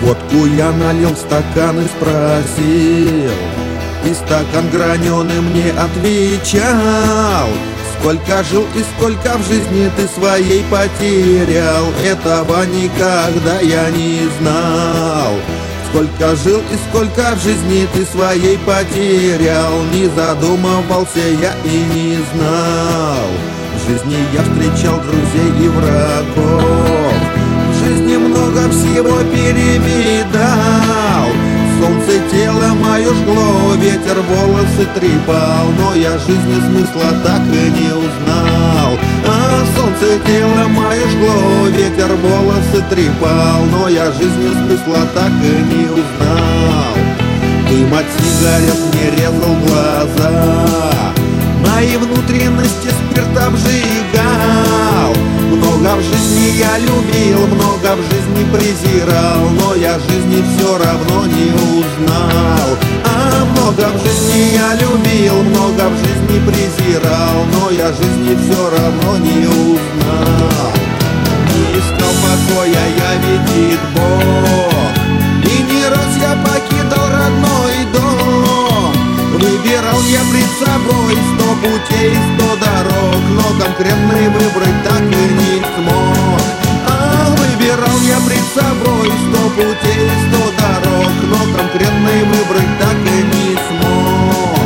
Водку я налил в стакан и спросил, и стакан граненый мне отвечал: сколько жил и сколько в жизни ты своей потерял, этого никогда я не знал. Сколько жил и сколько в жизни ты своей потерял, не задумывался я и не знал. В жизни я встречал друзей и врагов, в жизни много всего перевидал. Солнце тело мое жгло, ветер волосы трепал, но я жизни смысла так и не узнал. А солнце тело мое жгло, ветер волосы трепал, но я жизни смысла так и не узнал. Дым от сигарет мне резал глаза, мои внутренности спирт обжигал. Много в жизни я любил, много в жизни презирал, но я жизни все равно не узнал. А много в жизни я любил, много в жизни презирал, но я жизни все равно не узнал. Не искал покоя я, видит Бог, и не раз я покидал родной дом. Выбирал я пред собой 100 путей, 100 дорог, но конкретный выбрать так и не смог. А выбирал я пред собой 100 путей, 100 дорог, но конкретный выбрать так и не смог.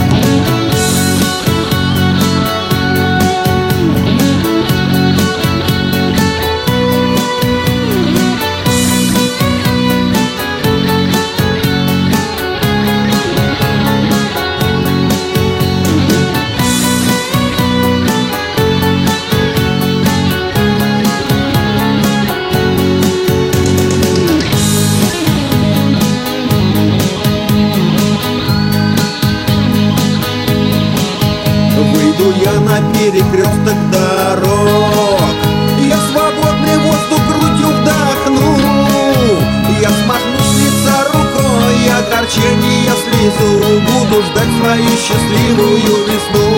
Выйду я на перекресток дорог, я свободный воздух грудью вдохну. Я смахну с лица рукой огорчение, слезу, буду ждать свою счастливую весну.